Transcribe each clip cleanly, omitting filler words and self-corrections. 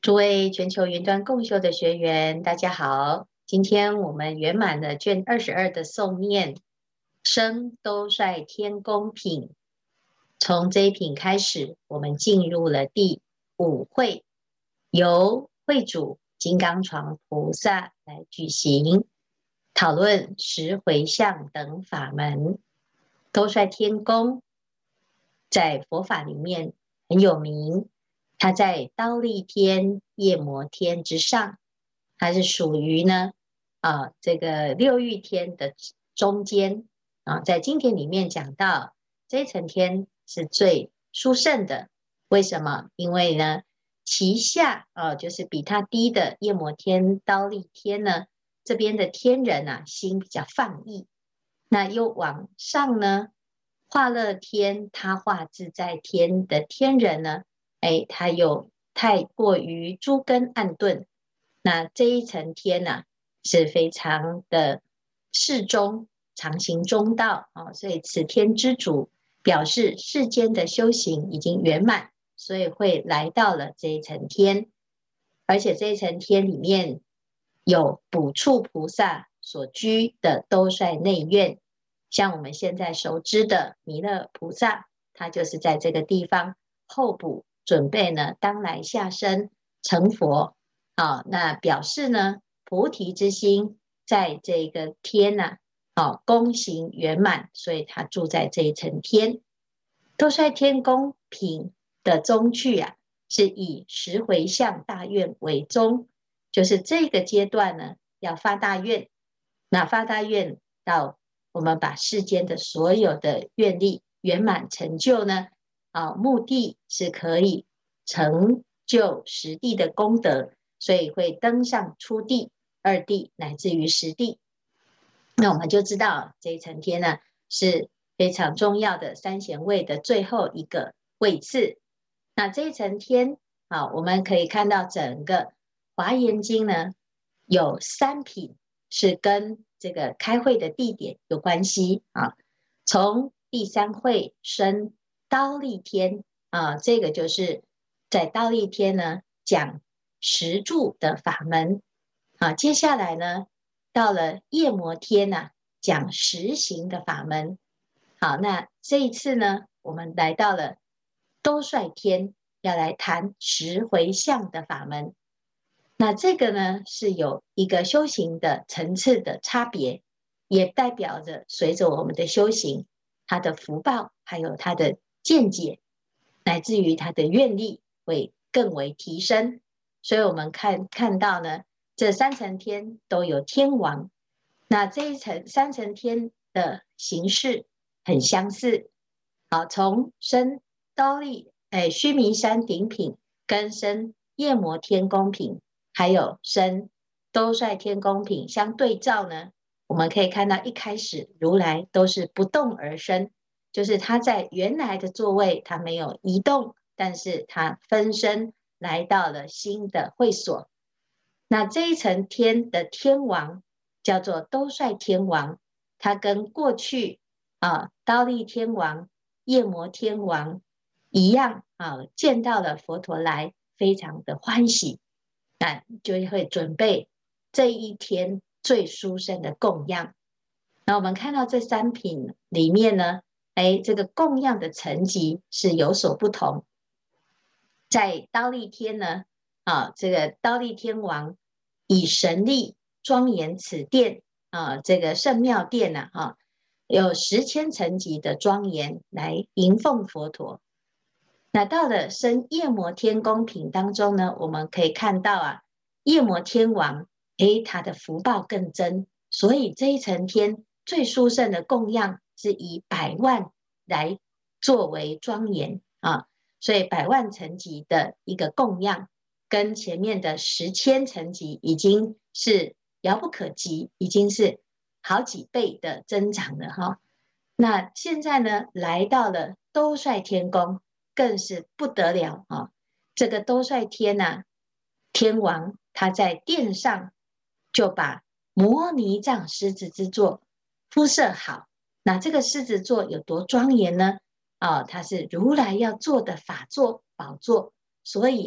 诸位全球云端共修的学员，大家好！今天我们圆满了卷22的诵念，生兜率天宫品。从这一品开始，我们进入了第5会，由会主金刚床菩萨来举行讨论十回向等法门。兜率天宫在佛法里面很有名，它在忉利天、夜摩天之上，它是属于呢这个六欲天的中间啊。在经典里面讲到，这一层天是最殊胜的。为什么？因为呢，其下就是比它低的夜摩天、忉利天呢，这边的天人啊，心比较放逸。那又往上呢，化乐天、他化自在天的天人呢，他有太过于诸根暗钝，那这一层天呢，是非常的适中，常行中道啊。所以此天之主表示世间的修行已经圆满，所以会来到了这一层天。而且这一层天里面有补处菩萨所居的兜率内院，像我们现在熟知的弥勒菩萨，他就是在这个地方候补，准备呢当来下生成佛。那表示呢菩提之心在这个天呢功行圆满，所以他住在这一层天。兜率天宫品的宗趣啊，是以十回向大愿为宗，就是这个阶段呢要发大愿。那发大愿到我们把世间的所有的愿力圆满成就呢，目的是可以成就实地的功德，所以会登上初地、二地乃至于实地。那我们就知道这一层天呢是非常重要的三贤位的最后一个位次。那这一层天我们可以看到整个华严经呢有3品是跟这个开会的地点有关系啊。从第3会升忉利天这个就是在忉利天呢讲十住的法门接下来呢到了夜摩天讲实行的法门。好，那这一次呢我们来到了兜率天，要来谈十回向的法门。那这个呢是有一个修行的层次的差别，也代表着随着我们的修行，他的福报还有他的见解乃至于他的愿力会更为提升。所以我们看到呢这3层天都有天王，那这一层3层天的形式很相似。好，从升忉利须弥山顶品跟升夜摩天宫品还有升兜率天宫品相对照呢，我们可以看到一开始如来都是不动而生，就是他在原来的座位他没有移动，但是他分身来到了新的会所。那这一层天的天王叫做兜率天王，他跟过去忉利天王、夜摩天王一样见到了佛陀来，非常的欢喜，就会准备这一天最殊胜的供养。那我们看到这3品里面呢，这个供养的层级是有所不同。在忉利天呢，这个忉利天王以神力庄严此殿这个圣妙殿有10千层级的庄严来迎奉佛陀。那到了升夜摩天宫品当中呢，我们可以看到夜摩天王他的福报更增，所以这一层天最殊胜的供养是以100万来作为庄严所以100万层级的一个供养跟前面的10千层级已经是遥不可及，已经是好几倍的增长了那现在呢来到了兜率天宫，更是不得了这个兜率天天王他在殿上就把摩尼藏狮子之座铺设好。那这个狮子座有多庄严呢它是如来要坐的法座宝座，所以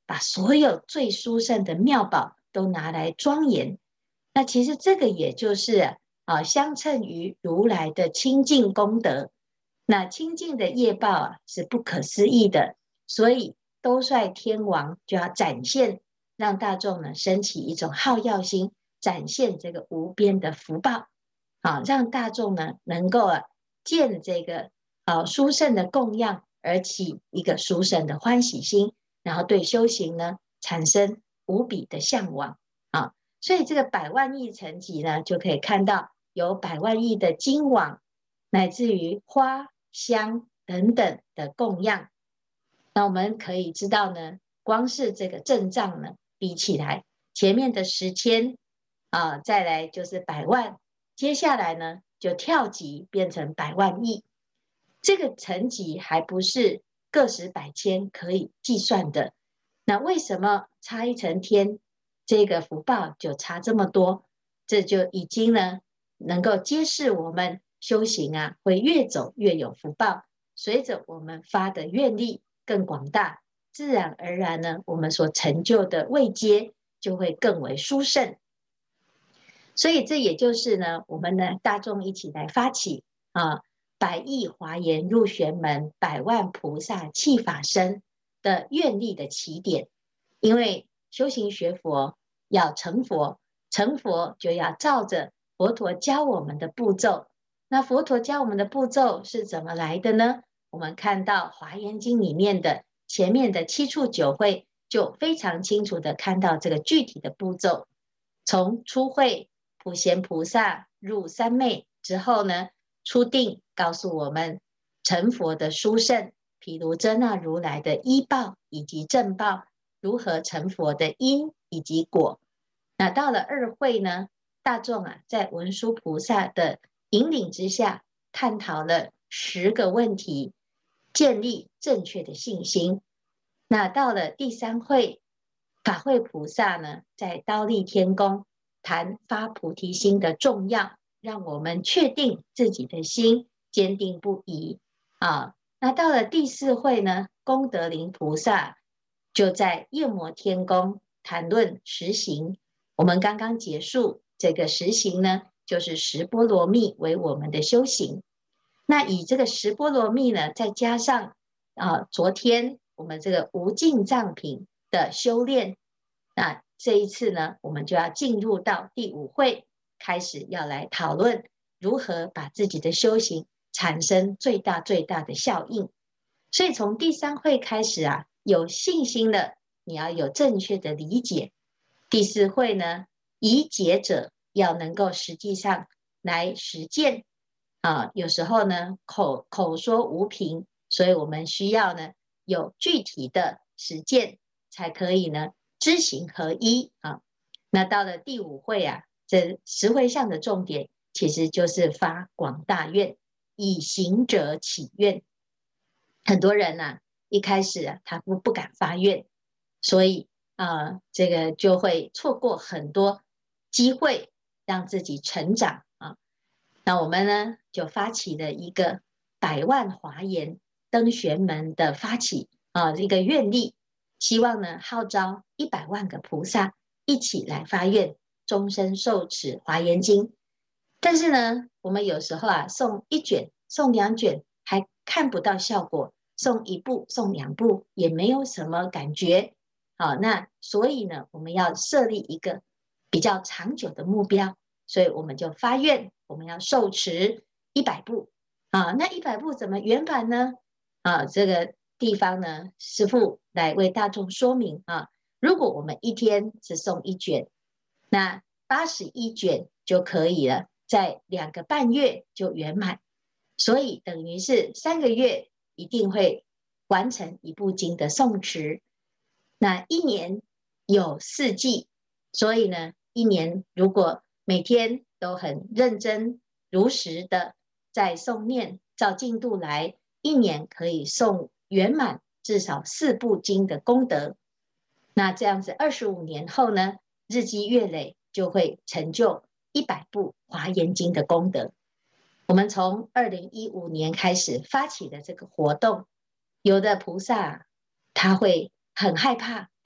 把所有最殊胜的妙宝都拿来庄严。那其实这个也就是相称于如来的清净功德。那清净的业报是不可思议的，所以兜率天王就要展现，让大众呢升起一种好药心，展现这个无边的福报，让大众呢能够见这个殊胜的供养，而起一个殊胜的欢喜心，然后对修行呢产生无比的向往啊。所以这个百万亿层级呢，就可以看到有百万亿的金网，乃至于花香等等的供养。那我们可以知道呢，光是这个阵仗呢，比起来前面的10,000再来就是100,000，接下来呢就跳级变成百万亿。这个层级还不是个十百千可以计算的。那为什么差一层天，这个福报就差这么多？这就已经呢能够揭示我们修行会越走越有福报。随着我们发的愿力更广大，自然而然呢，我们所成就的位阶就会更为殊胜。所以这也就是呢，我们呢大众一起来发起百亿华严入玄门，百万菩萨弃法身的愿力的起点。因为修行学佛要成佛，成佛就要照着佛陀教我们的步骤。那佛陀教我们的步骤是怎么来的呢？我们看到华严经里面的前面的7处9会，就非常清楚的看到这个具体的步骤。从初会普贤菩萨入三昧之后呢，初定告诉我们成佛的殊胜，譬如真那如来的依报以及正报，如何成佛的因以及果。那到了二会呢，大众在文殊菩萨的引领之下，探讨了10个问题，建立正确的信心。那到了第三会，法会菩萨呢，在忉利天宫谈发菩提心的重要，让我们确定自己的心坚定不移那到了第4会呢，功德林菩萨就在夜摩天宫谈论实行。我们刚刚结束这个实行呢，就是十波罗蜜为我们的修行。那以这个十波罗蜜呢，再加上昨天我们这个无尽藏品的修炼，那这一次呢，我们就要进入到第5会，开始要来讨论如何把自己的修行产生最大最大的效应。所以从第3会开始有信心的，你要有正确的理解。第4会呢，疑解者要能够实际上来实践有时候呢口说无凭，所以我们需要呢有具体的实践，才可以呢知行合一那到了第5会这10会上的重点其实就是发广大愿，以行者起愿。很多人一开始他不敢发愿，所以这个就会错过很多机会让自己成长那我们呢就发起了一个百万华严登玄门的发起一个愿力，希望呢号召100万个菩萨一起来发愿，终身受持华严经。但是呢，我们有时候送1卷、送2卷还看不到效果，送1部、送2部也没有什么感觉。那所以呢，我们要设立一个比较长久的目标，所以我们就发愿，我们要受持100部那100部怎么圆满呢？这个地方呢，师父来为大众说明如果我们一天只送1卷，那81卷就可以了，在2个半月就圆满，所以等于是3个月一定会完成1部经的诵持。那1年有4季，所以呢，1年如果每天都很认真如实的在诵念，照进度来，1年可以诵圆满至少4部经的功德。那这样子25年后呢，日积月累就会成就100部华严经的功德。我们从2015年开始发起的这个活动，有的菩萨他会很害怕，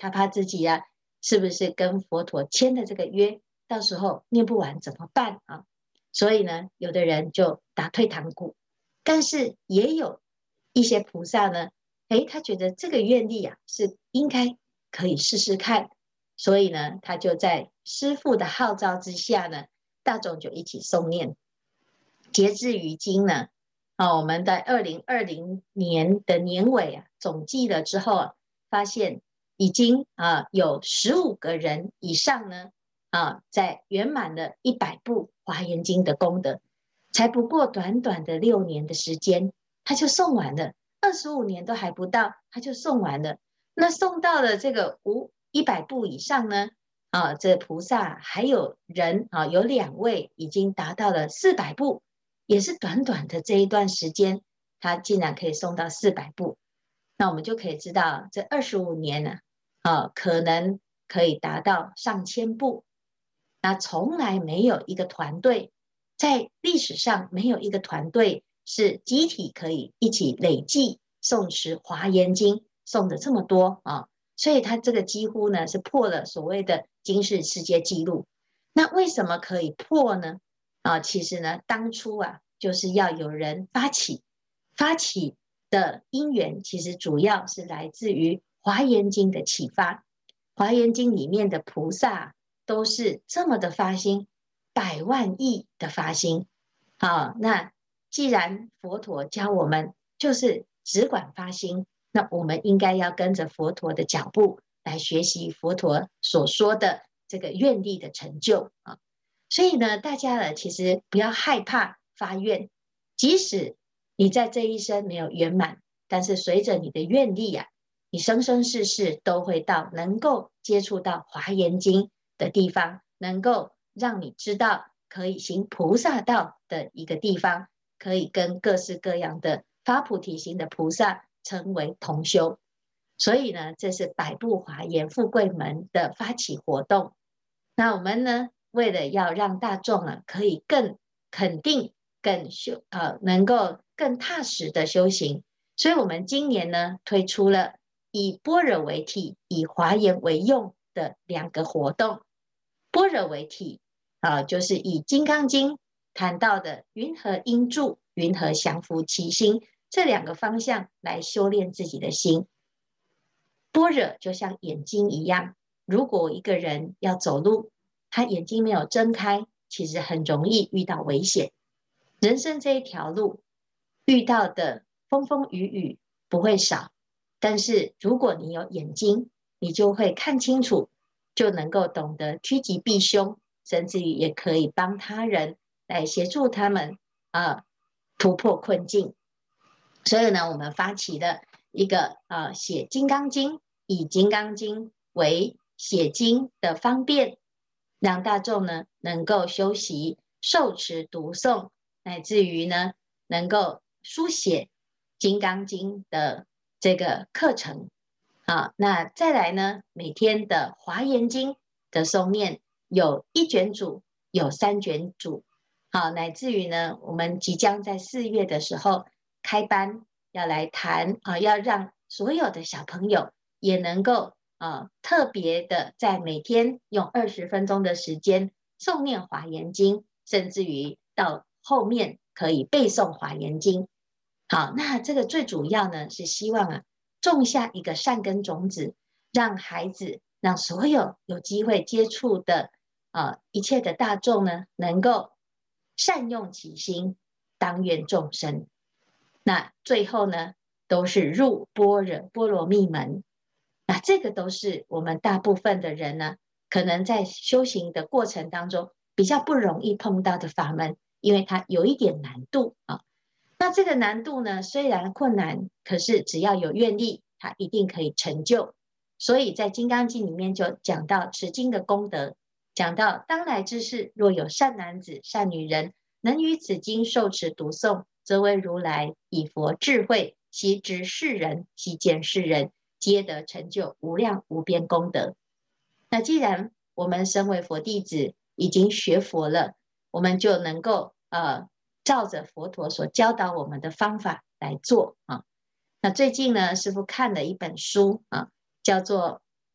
他怕自己啊，是不是跟佛陀签的这个约，到时候念不完怎么办啊？所以呢，有的人就打退堂鼓，但是也有一些菩萨呢，他觉得这个愿力啊是应该可以试试看，所以呢，他就在师父的号召之下呢，大众就一起诵念。截至于今呢，我们在2020年的年尾啊，总计了之后啊，发现已经有15个人以上呢，在圆满了100部华严经的功德，才不过短短的6年的时间，他就诵完了，25年都还不到，他就诵完了。那诵到了这个100部以上呢，这菩萨还有人有2位已经达到了400部，也是短短的这一段时间，他竟然可以诵到400部。那我们就可以知道，这25年呢，可能可以达到上千部。那从来没有一个团队，在历史上没有一个团队是集体可以一起累计诵持华严经诵的这么多啊，所以他这个几乎呢是破了所谓的金氏世界纪录。那为什么可以破呢？其实呢，当初就是要有人发起的因缘，其实主要是来自于华严经的启发。华严经里面的菩萨都是这么的发心，百万亿的发心。好，那既然佛陀教我们就是只管发心，那我们应该要跟着佛陀的脚步来学习佛陀所说的这个愿力的成就啊。所以呢，大家呢其实不要害怕发愿，即使你在这一生没有圆满，但是随着你的愿力你生生世世都会到能够接触到华严经的地方，能够让你知道可以行菩萨道的一个地方，可以跟各式各样的发菩提心的菩萨成为同修。所以呢，这是百部华严富贵门的发起活动。那我们呢，为了要让大众可以更肯定、能够更踏实的修行，所以我们今年呢推出了以般若为体、以华严为用的2个活动。般若为体就是以《金刚经》谈到的云何应住、云何降伏其心这2个方向来修炼自己的心。般若就像眼睛一样，如果一个人要走路，他眼睛没有睁开，其实很容易遇到危险。人生这一条路遇到的风风雨雨不会少，但是如果你有眼睛，你就会看清楚，就能够懂得趋吉避凶，甚至于也可以帮他人来协助他们突破困境。所以呢，我们发起了一个写《金刚经》，以《金刚经》为写经的方便，让大众呢能够修习、受持、读诵，乃至于呢能够书写《金刚经》的这个课程。那再来呢，每天的华严经的诵念有1卷组，有3卷组。乃至于呢，我们即将在4月的时候开班，要来谈要让所有的小朋友也能够特别的在每天用20分钟的时间诵念华严经，甚至于到后面可以背诵华严经。好，那这个最主要呢是希望种下一个善根种子，让孩子，让所有有机会接触的一切的大众呢，能够善用其心，当愿众生。那最后呢，都是入般若蜜门。那这个都是我们大部分的人呢，可能在修行的过程当中比较不容易碰到的法门，因为它有一点难度那这个难度呢，虽然困难，可是只要有愿力，它一定可以成就。所以在《金刚经》里面就讲到持经的功德，讲到当来之世，若有善男子、善女人，能于此经受持读诵，则为如来以佛智慧，悉知世人，悉见世人，皆得成就无量无边功德。那既然我们身为佛弟子，已经学佛了，我们就能够照着佛陀所教导我们的方法来做那最近呢，师父看了一本书叫做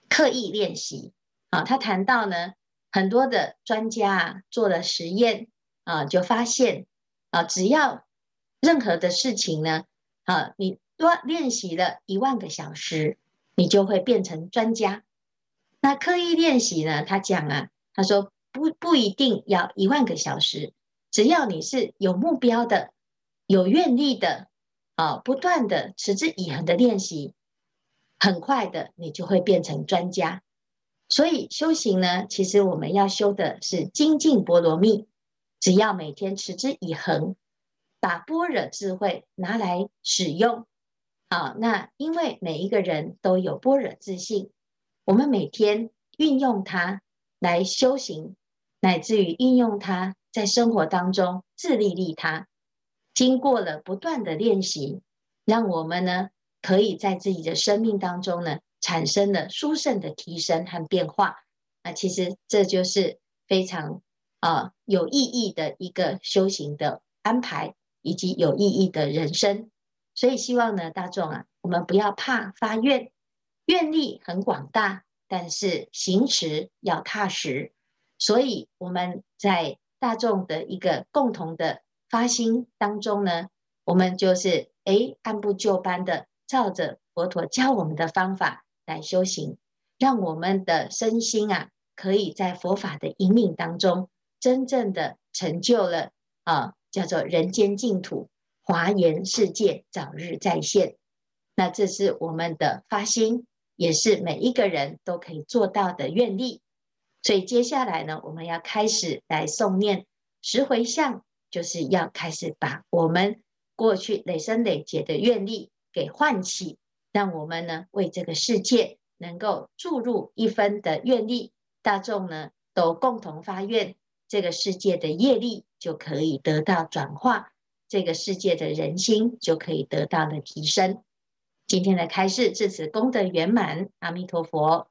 刻意练习啊。他谈到呢，很多的专家啊做了实验啊，就发现啊，只要任何的事情呢，啊，你多练习了10000个小时，你就会变成专家。那刻意练习呢，他讲啊，他说不一定要10000个小时，只要你是有目标的、有愿力的啊，不断的持之以恒的练习，很快的你就会变成专家。所以修行呢，其实我们要修的是精进波罗蜜，只要每天持之以恒，把般若智慧拿来使用啊。那因为每一个人都有般若自性，我们每天运用它来修行，乃至于运用它在生活当中自利利他。经过了不断的练习，让我们呢可以在自己的生命当中呢产生了殊胜的提升和变化。那其实这就是非常有意义的一个修行的安排，以及有意义的人生。所以希望呢大众啊，我们不要怕发愿，愿力很广大，但是行持要踏实。所以我们在大众的一个共同的发心当中呢，我们就是按部就班的照着佛陀教我们的方法来修行，让我们的身心啊，可以在佛法的引领当中，真正的成就了叫做人间净土，华严世界早日再现。那这是我们的发心，也是每一个人都可以做到的愿力。所以接下来呢，我们要开始来诵念十回向，就是要开始把我们过去累生累劫的愿力给唤起，让我们呢为这个世界能够注入一分的愿力，大众呢都共同发愿，这个世界的业力就可以得到转化，这个世界的人心就可以得到了提升。今天的开示至此功德圆满，阿弥陀佛。